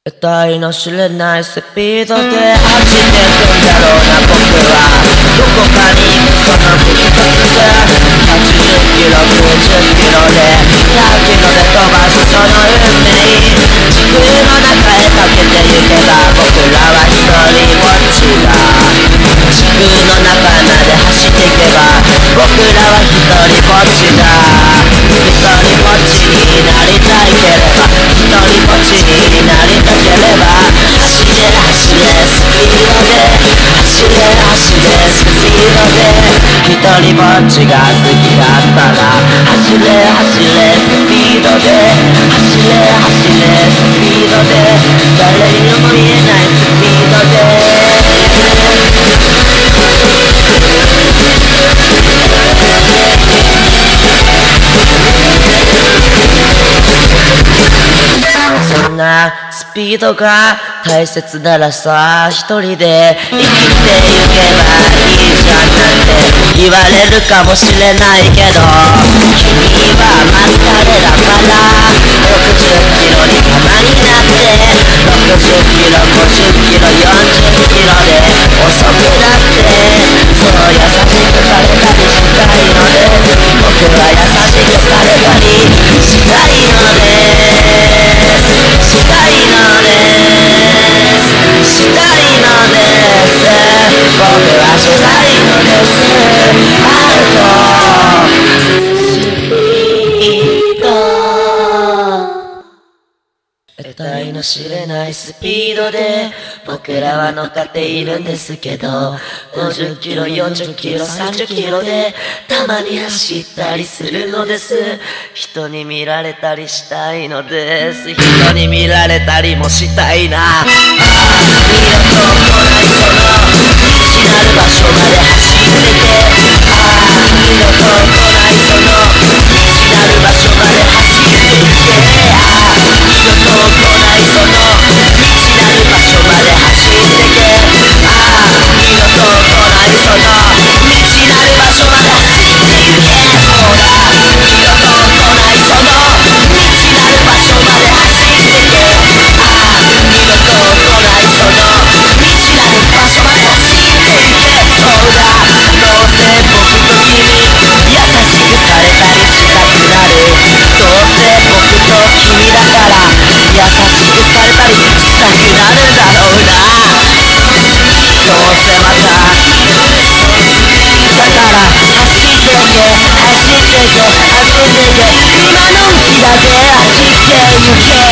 得体の知れないスピードで走ってくんだろうな僕はどこかに行くその日突然80キロ90キロで100キロで飛ばすその運命地球の中へかけてゆけば僕らは一人ぼっちだ地球の中まで走っていけば僕らは一人ぼっちだ一人ぼっちになりたいければ一人ぼっちになりたければ走れ走れスピードで走れ走れスピードで一人ぼっちが好きだったら走れ走れスピードで走れ走れスピードで誰にも見えないスピードでそんなスピードが大切ならさ一人で生きてゆけばいいじゃんなんて言われるかもしれないけど君はまたれだから60キロに玉になって60キロ50キロ40キロで遅くなってそう優しくされたりしたいので僕は優しくされたりしたいのですしたいのですしたいのです僕はしたいのですアウトスピード得体の知れないスピードで僕らは乗っかっているんですけど50キロ40キロ30キロでたまに走ったりするのです人に見られたりしたいのです人に見られたりもしたいな二度と来ないその未知なる場所まで走ってけ二度と来ないその未知なる場所まで走ってけ二度と来ないその未知なる場所まで走ってけ二度と来ないその未知なる場所まで走ってゆけそうだ二度と来ないその未知なる場所まで走ってけ二度と来ないその未知なる場所まで走ってゆけそうだどうせ僕と君優しくされたりしたくなるどうせ僕と君だから優しくされたりしたくなるだろうなどうせまただから走ってけ走ってけ走ってけ今のうちだぜ走ってゆけ